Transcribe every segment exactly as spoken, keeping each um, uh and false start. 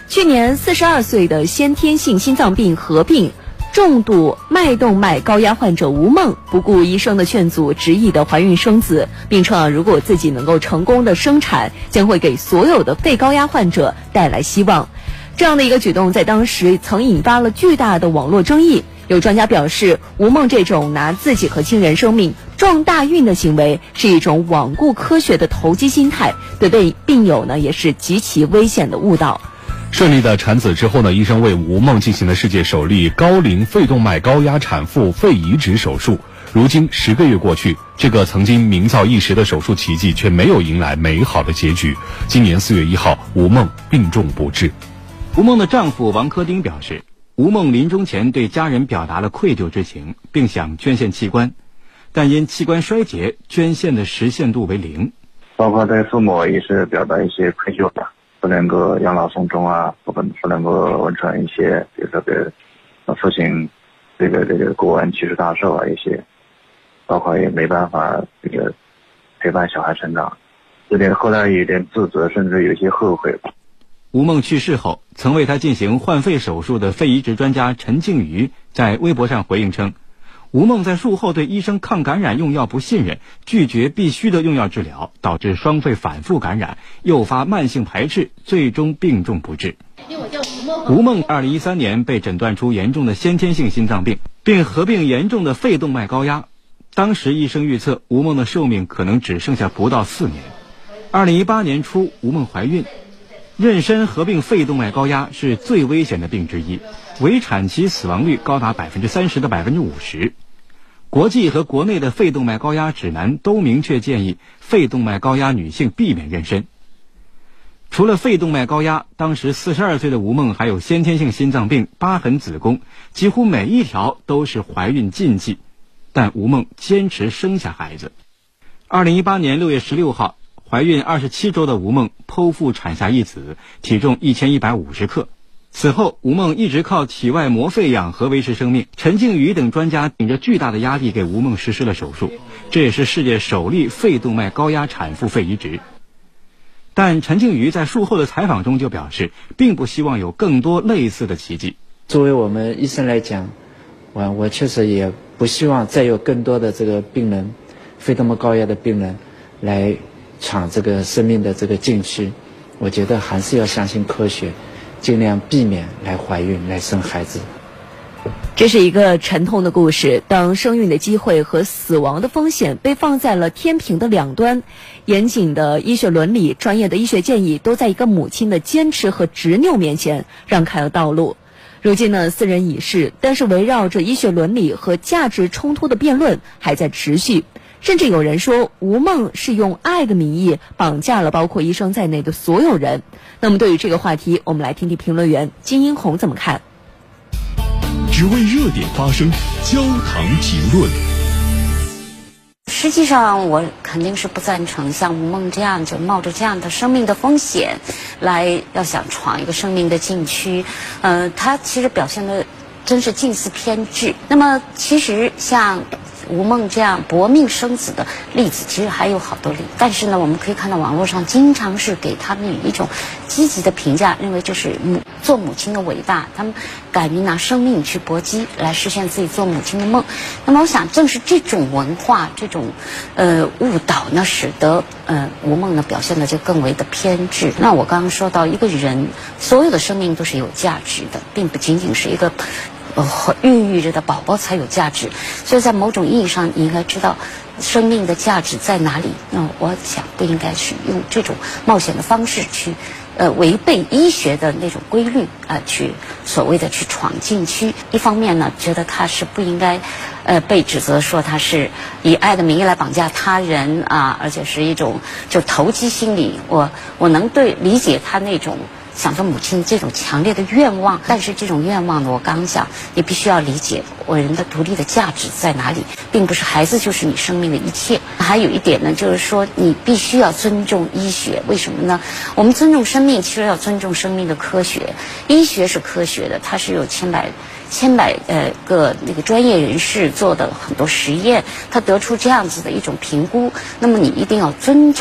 去年四十二岁的先天性心脏病合并重度脉动脉高压患者吴梦，不顾医生的劝阻，执意的怀孕生子，并称啊，如果自己能够成功的生产，将会给所有的肺高压患者带来希望。这样的一个举动在当时曾引发了巨大的网络争议。有专家表示，吴梦这种拿自己和亲人生命撞大运的行为是一种罔顾科学的投机心态，对被病友呢也是极其危险的误导。 顺利的产子之后呢，医生为吴梦进行了世界首例高龄肺动脉高压产妇肺移植手术。如今十个月过去，这个曾经名噪一时的手术奇迹却没有迎来美好的结局。今年四月一号，吴梦病重不治。 吴梦的丈夫王科丁表示，吴梦临终前对家人表达了愧疚之情，并想捐献器官，但因器官衰竭，捐献的实现度为零。 包括对父母也是表达一些愧疚的，不能够养老送终啊，不不能够完成一些，比如说给父亲这个这个过完七十大寿啊一些，包括也没办法这个陪伴小孩成长，有点后来有点自责，甚至有些后悔吧。 吴梦去世后，曾为他进行换肺手术的肺移植专家陈静瑜在微博上回应称，吴梦在术后对医生抗感染用药不信任，拒绝必须的用药治疗，导致双肺反复感染，诱发慢性排斥，最终病重不治。吴梦二零一三年被诊断出严重的先天性心脏病，并合并严重的肺动脉高压。当时医生预测吴梦的寿命可能只剩下不到四年。二零一八年初，吴梦怀孕。妊娠合并肺动脉高压是最危险的病之一，围产期死亡率高达百分之三十到百分之五十。国际和国内的肺动脉高压指南都明确建议肺动脉高压女性避免妊娠。除了肺动脉高压，当时四十二岁的吴梦还有先天性心脏病、疤痕子宫，几乎每一条都是怀孕禁忌，但吴梦坚持生下孩子。二零一八年六月十六号，怀孕二十七周的吴梦剖腹产下一子，体重一千一百五十克。此后，吴梦一直靠体外膜肺养和维持生命。陈静瑜等专家顶着巨大的压力给吴梦实施了手术，这也是世界首例肺动脉高压产妇肺移植。但陈静瑜在术后的采访中就表示，并不希望有更多类似的奇迹。 作为我们医生来讲，我我确实也不希望再有更多的这个病人，肺动脉高压的病人来闯这个生命的这个禁区。我觉得还是要相信科学，尽量避免来怀孕来生孩子。 这是一个沉痛的故事，当生育的机会和死亡的风险被放在了天平的两端，严谨的医学伦理、专业的医学建议都在一个母亲的坚持和执拗面前让开了道路。如今呢，四人已逝，但是围绕着医学伦理和价值冲突的辩论还在持续。甚至有人说，吴梦是用爱的名义绑架了包括医生在内的所有人。那么对于这个话题，我们来听听评论员金英红怎么看。 只为热点发声，焦糖评论。 实际上我肯定是不赞成像吴梦这样就冒着这样的生命的风险来要想闯一个生命的禁区，呃，他其实表现的真是近似偏执。那么其实像吴梦这样搏命生子的例子其实还有好多例，但是呢，我们可以看到网络上经常是给他们以一种积极的评价，认为这是母做母亲的伟大，他们敢于拿生命去搏击来实现自己做母亲的梦。那么我想正是这种文化这种呃误导呢，使得呃吴梦呢表现的就更为的偏执。那我刚刚说到一个人所有的生命都是有价值的，并不仅仅是一个呃，孕育着的宝宝才有价值，所以在某种意义上，你应该知道生命的价值在哪里。那我想不应该去用这种冒险的方式去，呃，违背医学的那种规律啊、呃，去所谓的去闯禁区。一方面呢，觉得他是不应该，呃，被指责说他是以爱的名义来绑架他人啊，而且是一种就投机心理。我我能对理解他那种想做母亲这种强烈的愿望，但是这种愿望呢，我刚刚讲，你必须要理解我人的独立的价值在哪里，并不是孩子就是你生命的一切。还有一点呢，就是说你必须要尊重医学。为什么呢？我们尊重生命，其实要尊重生命的科学。医学是科学的，它是有千百千百呃个那个专业人士做的很多实验，他得出这样子的一种评估。那么你一定要遵照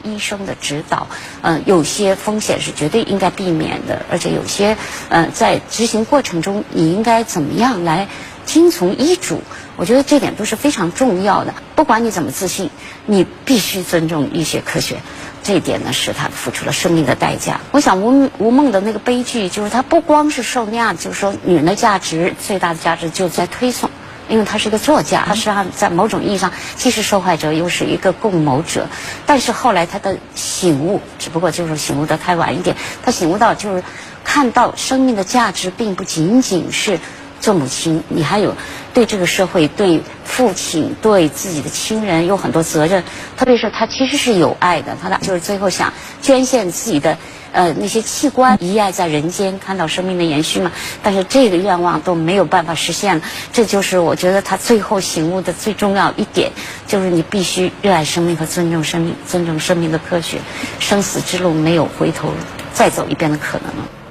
医生的指导。嗯、呃，有些风险是绝对应该避免的，而且有些呃在执行过程中你应该怎么样来听从医嘱。我觉得这点都是非常重要的。不管你怎么自信，你必须尊重医学科学。这一点呢，使他付出了生命的代价。我想吴吴梦的那个悲剧，就是他不光是受那样，就是说女人的价值最大的价值就在推送，因为他是一个作家，他实际上在某种意义上既是受害者又是一个共谋者。但是后来他的醒悟，只不过就是醒悟得太晚一点，他醒悟到就是看到生命的价值并不仅仅是做母亲，你还有对这个社会、对父亲、对自己的亲人有很多责任。特别是他其实是有爱的，他就是最后想捐献自己的呃那些器官，遗爱在人间，看到生命的延续嘛。但是这个愿望都没有办法实现了，这就是我觉得他最后醒悟的最重要一点，就是你必须热爱生命和尊重生命，尊重生命的科学，生死之路没有回头再走一遍的可能了。